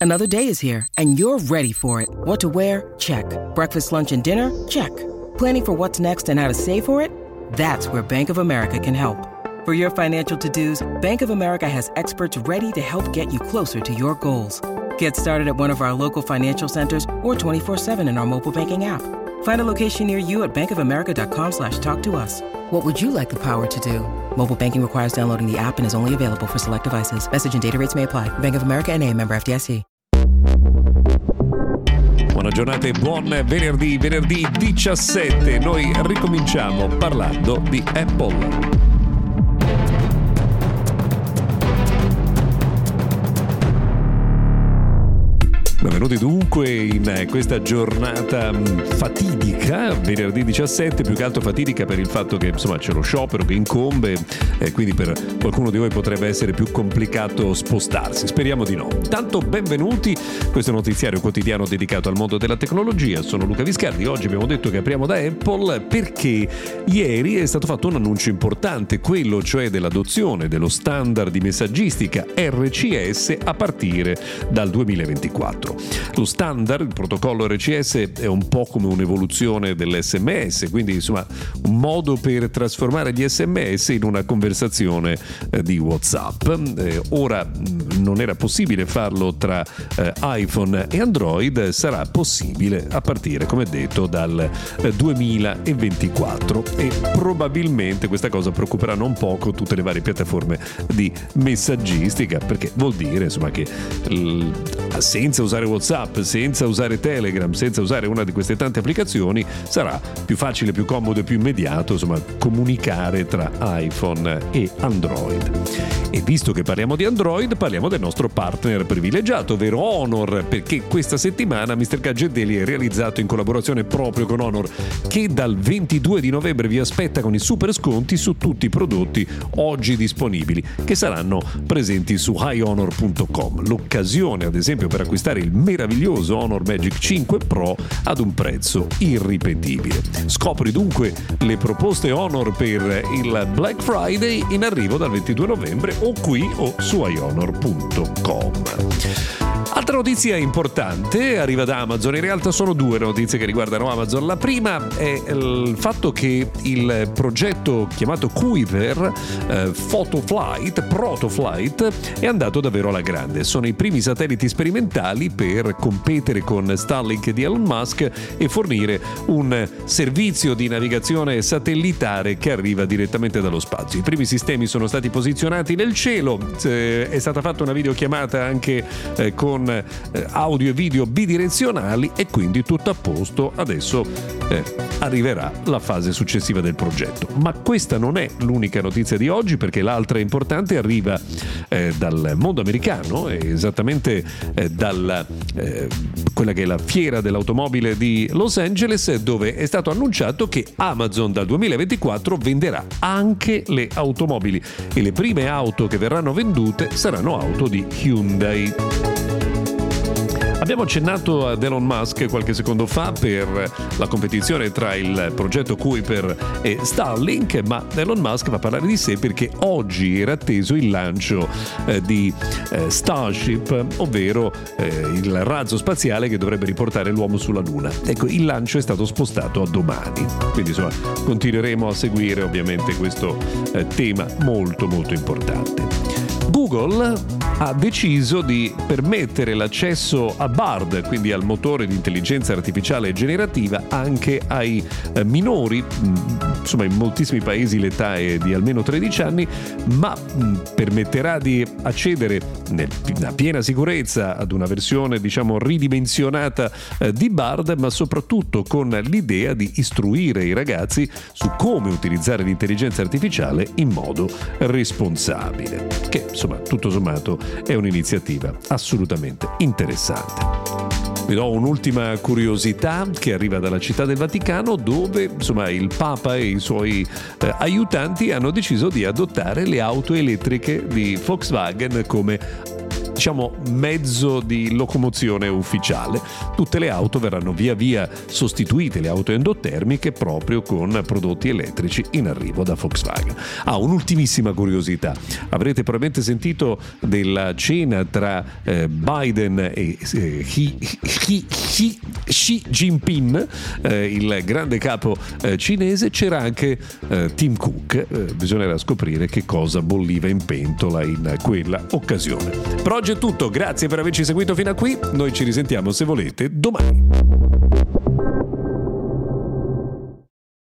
Another day is here, and you're ready for it. What to wear? Check. Breakfast, lunch, and dinner? Check. Planning for what's next and how to save for it? That's where Bank of America can help. For your financial to-dos, Bank of America has experts ready to help get you closer to your goals. Get started at one of our local financial centers or 24/7 in our mobile banking app. Find a location near you at bankofamerica.com/talktous. What would you like the power to do? Mobile banking requires downloading the app and is only available for select devices. Message and data rates may apply. Bank of America N.A., member FDIC. Buona giornata e buon venerdì 17. Noi ricominciamo parlando di Apple. Benvenuti dunque in questa giornata fatidica, venerdì 17, più che altro fatidica per il fatto che insomma c'è lo sciopero che incombe e quindi per qualcuno di voi potrebbe essere più complicato spostarsi, speriamo di no. Tanto benvenuti, questo è un notiziario quotidiano dedicato al mondo della tecnologia, sono Luca Viscardi, oggi abbiamo detto che apriamo da Apple perché ieri è stato fatto un annuncio importante, quello cioè dell'adozione dello standard di messaggistica RCS a partire dal 2024. Lo standard, il protocollo RCS, è un po' come un'evoluzione dell'SMS, quindi insomma un modo per trasformare gli SMS in una conversazione di WhatsApp. Ora non era possibile farlo tra iPhone e Android, sarà possibile a partire, come detto, dal 2024 e probabilmente questa cosa preoccuperà non poco tutte le varie piattaforme di messaggistica, perché vuol dire insomma che senza usare WhatsApp, senza usare Telegram, senza usare una di queste tante applicazioni sarà più facile, più comodo e più immediato insomma comunicare tra iPhone e Android. E visto che parliamo di Android, parliamo del nostro partner privilegiato, ovvero Honor, perché questa settimana Mr. Gadget Daily è realizzato in collaborazione proprio con Honor, che dal 22 di novembre vi aspetta con i super sconti su tutti i prodotti oggi disponibili, che saranno presenti su highhonor.com. L'occasione ad esempio per acquistare il meraviglioso Honor Magic 5 Pro ad un prezzo irripetibile. Scopri dunque le proposte Honor per il Black Friday in arrivo dal 22 novembre o qui o su highhonor.com. Altra notizia importante arriva da Amazon, in realtà sono due notizie che riguardano Amazon. La prima è il fatto che il progetto chiamato Kuiper Protoflight è andato davvero alla grande. Sono i primi satelliti sperimentali per competere con Starlink di Elon Musk e fornire un servizio di navigazione satellitare che arriva direttamente dallo spazio. I primi sistemi sono stati posizionati nel cielo, è stata fatta una videochiamata anche con audio e video bidirezionali e quindi tutto a posto. Adesso arriverà la fase successiva del progetto, ma questa non è l'unica notizia di oggi, perché l'altra importante arriva dal mondo americano, esattamente dalla quella che è la fiera dell'automobile di Los Angeles, dove è stato annunciato che Amazon dal 2024 venderà anche le automobili e le prime auto che verranno vendute saranno auto di Hyundai. Abbiamo accennato ad Elon Musk qualche secondo fa per la competizione tra il progetto Kuiper e Starlink, ma Elon Musk va a parlare di sé perché oggi era atteso il lancio di Starship, ovvero il razzo spaziale che dovrebbe riportare l'uomo sulla Luna. Ecco, il lancio è stato spostato a domani, quindi insomma continueremo a seguire ovviamente questo tema molto molto importante. Google ha deciso di permettere l'accesso a Bard, quindi al motore di intelligenza artificiale generativa, anche ai minori. Insomma, in moltissimi paesi l'età è di almeno 13 anni, ma permetterà di accedere nella piena sicurezza ad una versione, diciamo, ridimensionata di Bard, ma soprattutto con l'idea di istruire i ragazzi su come utilizzare l'intelligenza artificiale in modo responsabile, che insomma tutto sommato è un'iniziativa assolutamente interessante. Vi do un'ultima curiosità che arriva dalla Città del Vaticano, dove insomma il Papa e i suoi aiutanti hanno deciso di adottare le auto elettriche di Volkswagen come mezzo di locomozione ufficiale. Tutte le auto verranno via via sostituite, le auto endotermiche, proprio con prodotti elettrici in arrivo da Volkswagen. Un'ultimissima curiosità: avrete probabilmente sentito della cena tra Biden e Xi Jinping, il grande capo cinese. C'era anche Tim Cook. Bisognerà scoprire che cosa bolliva in pentola in quella occasione. Per oggi è tutto, grazie per averci seguito fino a qui. Noi ci risentiamo, se volete, domani.